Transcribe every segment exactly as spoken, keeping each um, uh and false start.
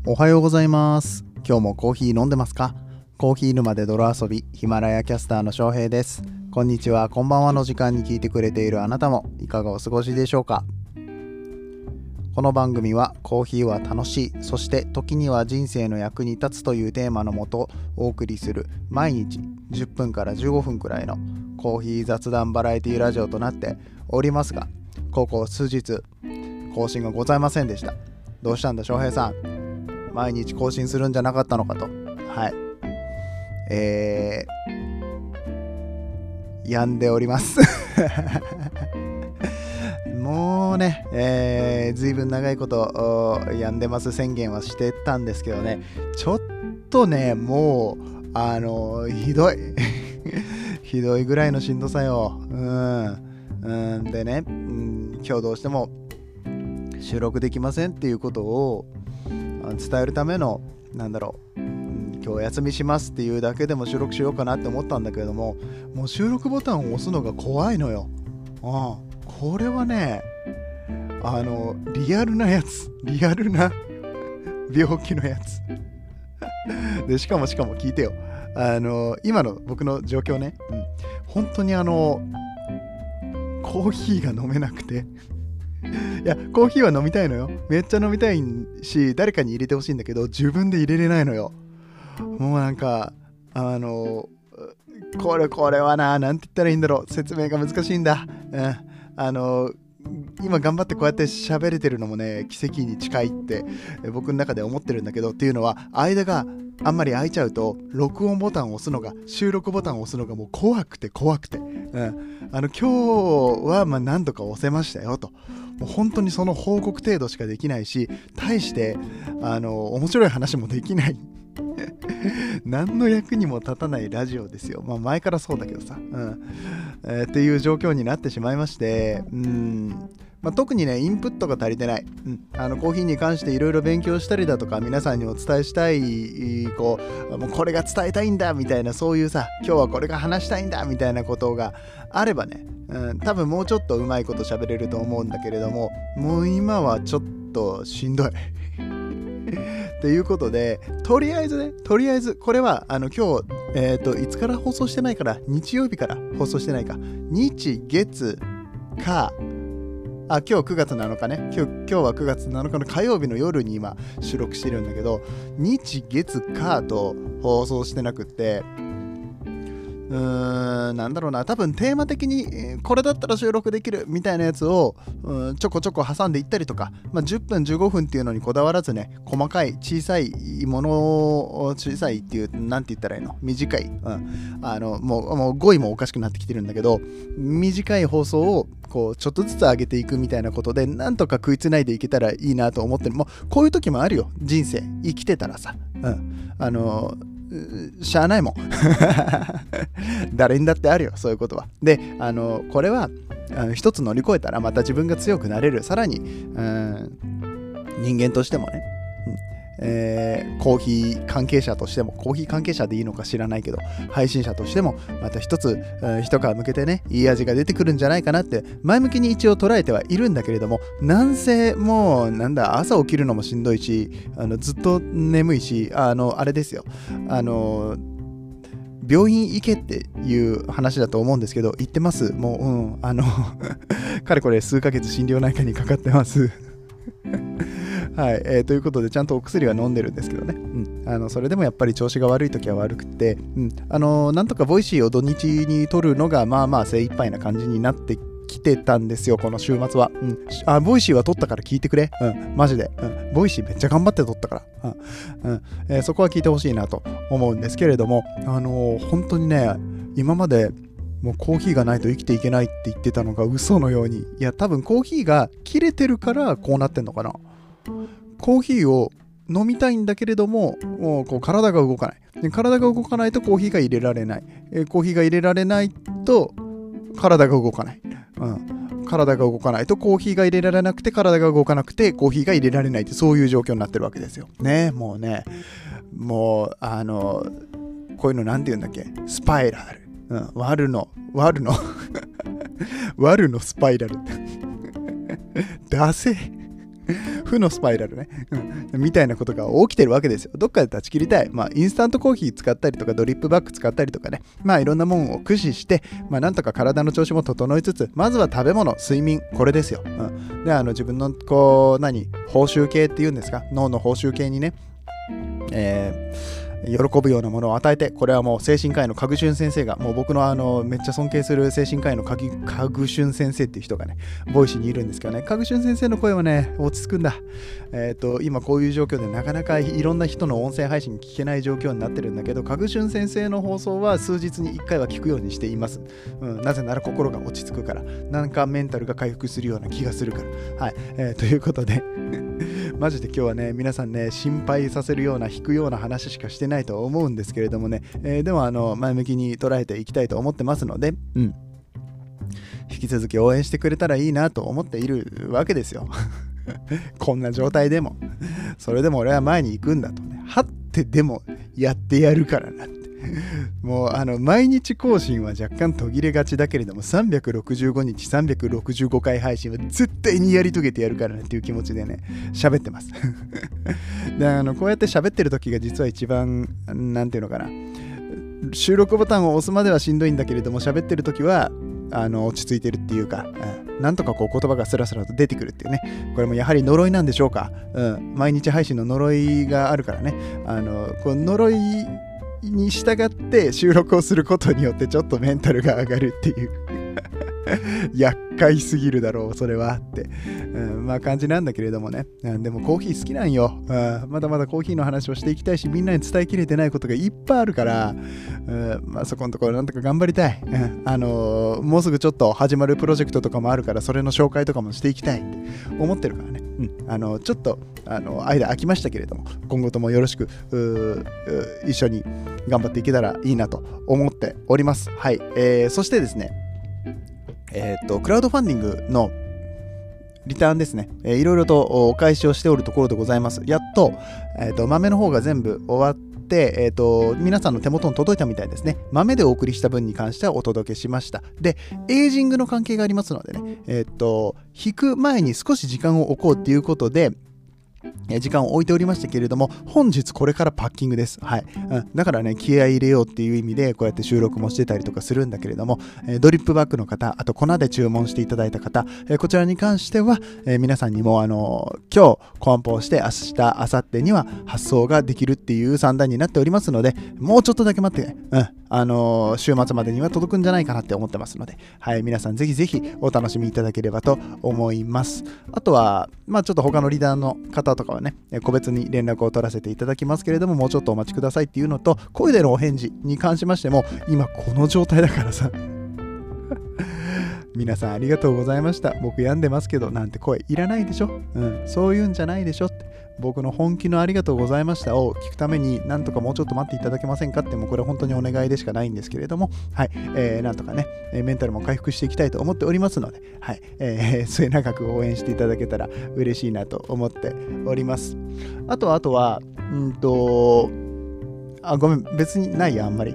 おはようございます。今日もコーヒー飲んでますか？コーヒー沼で泥遊び、ヒマラヤキャスターの翔平です。こんにちは、こんばんはの時間に聞いてくれているあなたもいかがお過ごしでしょうか？この番組はコーヒーは楽しい、そして時には人生の役に立つというテーマのもとお送りする毎日じゅっぷんからじゅうごふんくらいのコーヒー雑談バラエティラジオとなっておりますが、ここ数日更新がございませんでした。どうしたんだ翔平さん、毎日更新するんじゃなかったのかと。はいえー病んでおりますもうね、えー、ずいぶん長いこと病んでます宣言はしてたんですけどね、ちょっとねもうあのひどいひどいぐらいのしんどさよ。うんうんでね、うん、今日どうしても収録できませんっていうことを伝えるためのなんだろう、うん、今日お休みしますっていうだけでも収録しようかなって思ったんだけれども、もう収録ボタンを押すのが怖いのよ。ああこれはねあのリアルなやつリアルな病気のやつでしかもしかも聞いてよ、あの今の僕の状況ね、うん、本当にあのコーヒーが飲めなくていやコーヒーは飲みたいのよ、めっちゃ飲みたいし誰かに入れてほしいんだけど自分で入れれないのよ。もうなんかあのこれこれはな、なんて言ったらいいんだろう、説明が難しいんだ、うん、あの今頑張ってこうやって喋れてるのもね奇跡に近いって僕の中で思ってるんだけど、っていうのは間があんまり空いちゃうと録音ボタンを押すのが収録ボタンを押すのがもう怖くて怖くて、うん、あの今日はまあ何度か押せましたよと、もう本当にその報告程度しかできないし、大してあの面白い話もできない何の役にも立たないラジオですよ。まあ前からそうだけどさ、うんえー、っていう状況になってしまいまして、うん、まあ、特にねインプットが足りてない、うん、あのコーヒーに関していろいろ勉強したりだとか皆さんにお伝えしたいこうもうこれが伝えたいんだみたいな、そういうさ今日はこれが話したいんだみたいなことがあればね、うん、多分もうちょっとうまいこと喋れると思うんだけれども、もう今はちょっとしんどいっていうことで、とりあえずねとりあえずこれはあの今日えっといつから放送してないから、日曜日から放送してないか、日月火あ今日くがつなのかね、今日、今日はくがつなのかの火曜日の夜に今収録してるんだけど、日月火と放送してなくって、うーんなんだろうな、多分テーマ的にこれだったら収録できるみたいなやつをうんちょこちょこ挟んでいったりとか、まあ、じゅっぷんじゅうごふんっていうのにこだわらずね、細かい小さいものを小さいっていうなんて言ったらいいの、短い、うん、あのもう、もう語彙もおかしくなってきてるんだけど、短い放送をこうちょっとずつ上げていくみたいなことでなんとか食いつないでいけたらいいなと思ってる。もうこういう時もあるよ、人生生きてたらさ、うん、あのしゃあないもん誰にだってあるよそういうことは。であのこれはあの一つ乗り越えたらまた自分が強くなれる、さらにうん人間としてもね、うんえー、コーヒー関係者としても、コーヒー関係者でいいのか知らないけど配信者としてもまた一つ、うん、一皮向けてねいい味が出てくるんじゃないかなって前向きに一応捉えてはいるんだけれども、なんせもうなんだ朝起きるのもしんどいし、あのずっと眠いし、あのあれですよ、あの病院行けっていう話だと思うんですけど、行ってます。もう、うん、あのかれこれ数ヶ月心療内科にかかってますはい、えー、ということでちゃんとお薬は飲んでるんですけどね、うん、あのそれでもやっぱり調子が悪い時は悪くて、うん、あのなんとかボイシーを土日に撮るのがまあまあ精一杯な感じになって来てたんですよこの週末は、うん、あボイシーは撮ったから聞いてくれ、うん、マジで、うん、ボイシーめっちゃ頑張って撮ったから、うんうんえー、そこは聞いてほしいなと思うんですけれども、あのー、本当にね今までもうコーヒーがないと生きていけないって言ってたのが嘘のように、いや多分コーヒーが切れてるからこうなってんのかな。コーヒーを飲みたいんだけれども、もうこう体が動かない。で体が動かないとコーヒーが入れられない。えー、コーヒーが入れられないと体が動かない。うん。体が動かないとコーヒーが入れられなくて、体が動かなくてコーヒーが入れられないって、そういう状況になってるわけですよ。ね、もうね、もうあのこういうのなんて言うんだっけ、スパイラル。うん、悪の悪の悪のスパイラル。ダセ負のスパイラルね、うん、みたいなことが起きてるわけですよ。どっかで断ち切りたい。まあ、インスタントコーヒー使ったりとか、ドリップバッグ使ったりとかね、まあ、いろんなもんを駆使して、まあ、なんとか体の調子も整いつつ、まずは食べ物、睡眠、これですよ。うん、で、あの、自分の、こう、何、報酬系っていうんですか、脳の報酬系にね、えー喜ぶようなものを与えて、これはもう精神科医のカグシュン先生が、もう僕のあのめっちゃ尊敬する精神科医のカグシュン先生っていう人がね、ボイシーにいるんですけどね、カグシュン先生の声はね、落ち着くんだ。えっと、今こういう状況でなかなかいろんな人の音声配信聞けない状況になってるんだけど、カグシュン先生の放送は数日にいっかいは聞くようにしています。うん、なぜなら心が落ち着くから、なんかメンタルが回復するような気がするから。はい。えー、ということで、マジで今日はね、皆さんね、心配させるような、引くような話しかしてないと思うんですけれどもね、えー、でもあの前向きに捉えていきたいと思ってますので、うん、引き続き応援してくれたらいいなと思っているわけですよ。こんな状態でも、それでも俺は前に行くんだとね、はってでもやってやるからなって。もうあの毎日更新は若干途切れがちだけれども、さんびゃくろくじゅうごにちさんびゃくろくじゅうごかい配信は絶対にやり遂げてやるからねっていう気持ちでね喋ってます。で、あのこうやって喋ってる時が実は一番なんていうのかな、収録ボタンを押すまではしんどいんだけれども、喋ってる時はあの落ち着いてるっていうか、うん、なんとかこう言葉がスラスラと出てくるっていうね、これもやはり呪いなんでしょうか。うん、毎日配信の呪いがあるからね、あのこう呪いに従って収録をすることによってちょっとメンタルが上がるっていう厄介すぎるだろうそれはって、うん、まあ感じなんだけれどもね、うん、でもコーヒー好きなんよ、うん、まだまだコーヒーの話をしていきたいし、みんなに伝えきれてないことがいっぱいあるから、うん、まあそこのところなんとか頑張りたい、うん、あのー、もうすぐちょっと始まるプロジェクトとかもあるから、それの紹介とかもしていきたいって思ってるからね、うん、あのちょっとあの間空きましたけれども、今後ともよろしく一緒に頑張っていけたらいいなと思っております。はい、えー、そしてですね、えー、っとクラウドファンディングのリターンですね、えー、いろいろとお返しをしておるところでございます。やっと、えー、っと豆の方が全部終わって、えー、と皆さんの手元に届いたみたいですね。豆でお送りした分に関してはお届けしました。で、エイジングの関係がありますのでね、えー、と引く前に少し時間を置こうっていうことで時間を置いておりましたけれども、本日これからパッキングです。はい。うん、だからね、気合い入れようっていう意味でこうやって収録もしてたりとかするんだけれども、えー、ドリップバッグの方、あと粉で注文していただいた方、えー、こちらに関しては、えー、皆さんにもあのー、今日梱包して明日、明後日には発送ができるっていう算段になっておりますので、もうちょっとだけ待ってね、うん、あのー、週末までには届くんじゃないかなって思ってますので、はい、皆さんぜひぜひお楽しみいただければと思います。あとは、まあちょっと他のリーダーの方とかはね、個別に連絡を取らせていただきますけれども、もうちょっとお待ちくださいっていうのと、声でのお返事に関しましても、今この状態だからさ皆さんありがとうございました。僕病んでますけどなんて声いらないでしょ、うん、そういうんじゃないでしょって、僕の本気のありがとうございましたを聞くためになんとかもうちょっと待っていただけませんかって、もうこれ本当にお願いでしかないんですけれども、はい、えー、なんとかねメンタルも回復していきたいと思っておりますので、はい、えー、末永く応援していただけたら嬉しいなと思っております。あとはあとはうんとあごめん別にないやあんまり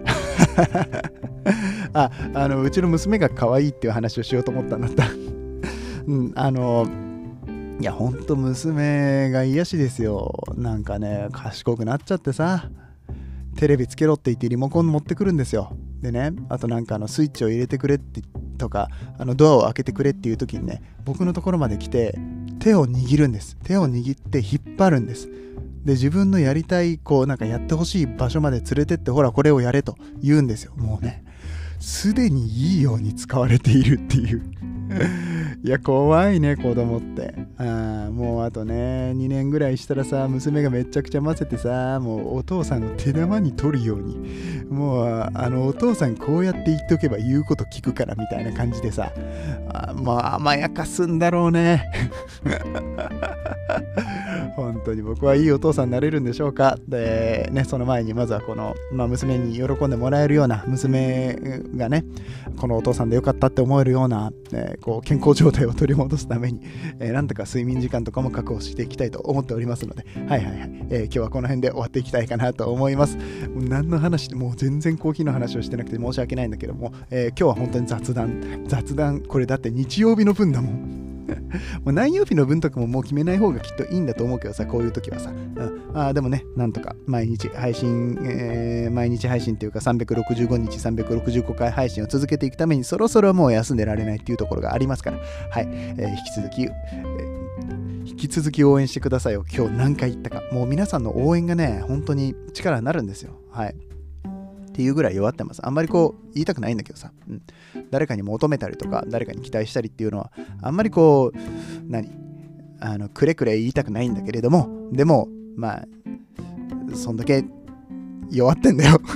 ああのうちの娘が可愛いっていう話をしようと思ったんだったうんあのいやほんと娘が癒しですよ。なんかね賢くなっちゃってさ、テレビつけろって言ってリモコン持ってくるんですよ。でね、あとなんかあのスイッチを入れてくれってとか、あのドアを開けてくれっていう時にね、僕のところまで来て手を握るんです。手を握って引っ張るんです。で自分のやりたいこうなんかやってほしい場所まで連れてって、ほらこれをやれと言うんですよ。もうねすでにいいように使われているっていういや怖いね子供って。あもうあとねにねんぐらいしたらさ、娘がめちゃくちゃ混ぜてさ、もうお父さんの手玉に取るように、もうあのお父さんこうやって言っとけば言うこと聞くからみたいな感じでさ、あまあ甘やかすんだろうね本当に僕はいいお父さんになれるんでしょうか。でね、その前にまずはこの、まあ、娘に喜んでもらえるような、娘がねこのお父さんでよかったって思えるような、えー、こう健康状態を取り戻すために、えー、なんとか睡眠時間とかも確保していきたいと思っておりますので、はいはいはい、えー、今日はこの辺で終わっていきたいかなと思います。何の話でもう全然コーヒーの話をしてなくて申し訳ないんだけども、えー、今日は本当に雑談雑談これだって日曜日の分だもんもう何曜日の分とかももう決めない方がきっといいんだと思うけどさ、こういう時はさ。うん、あでもね、なんとか毎日配信、えー、毎日配信っていうかさんびゃくろくじゅうごにちさんびゃくろくじゅうごかい配信を続けていくために、そろそろもう休んでられないっていうところがありますから、はい、えー、引き続き、えー、引き続き応援してくださいよ。今日何回言ったか。もう皆さんの応援がね、本当に力になるんですよ。はい。っていうぐらい弱ってます。あんまりこう言いたくないんだけどさ、うん、誰かに求めたりとか誰かに期待したりっていうのはあんまりこう何あのくれくれ言いたくないんだけれども、でもまあそんだけ弱ってんだよ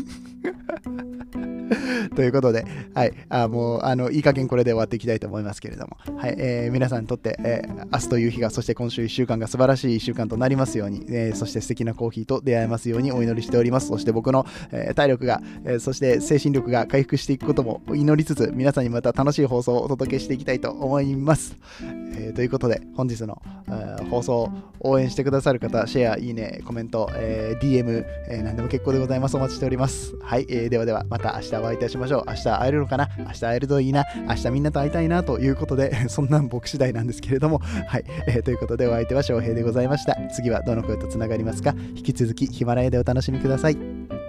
ということで、はい、あもうあのいい加減これで終わっていきたいと思いますけれども、はい、えー、皆さんにとって、えー、明日という日が、そして今週いっしゅうかんが素晴らしいいっしゅうかんとなりますように、えー、そして素敵なコーヒーと出会えますようにお祈りしております。そして僕の、えー、体力が、えー、そして精神力が回復していくことも祈りつつ、皆さんにまた楽しい放送をお届けしていきたいと思います。えー、ということで本日の、えー、放送を応援してくださる方、シェア、いいね、コメント、えー、ディーエム、えー、何でも結構でございます。お待ちしております。はい、えー、ではではまた明日お会いいたしましょう。明日会えるのかな、明日会えるといいな、明日みんなと会いたいなということで、そんなん僕次第なんですけれども、はい、えー、ということでお相手は翔平でございました。次はどの声とつながりますか？引き続きヒマラヤでお楽しみください。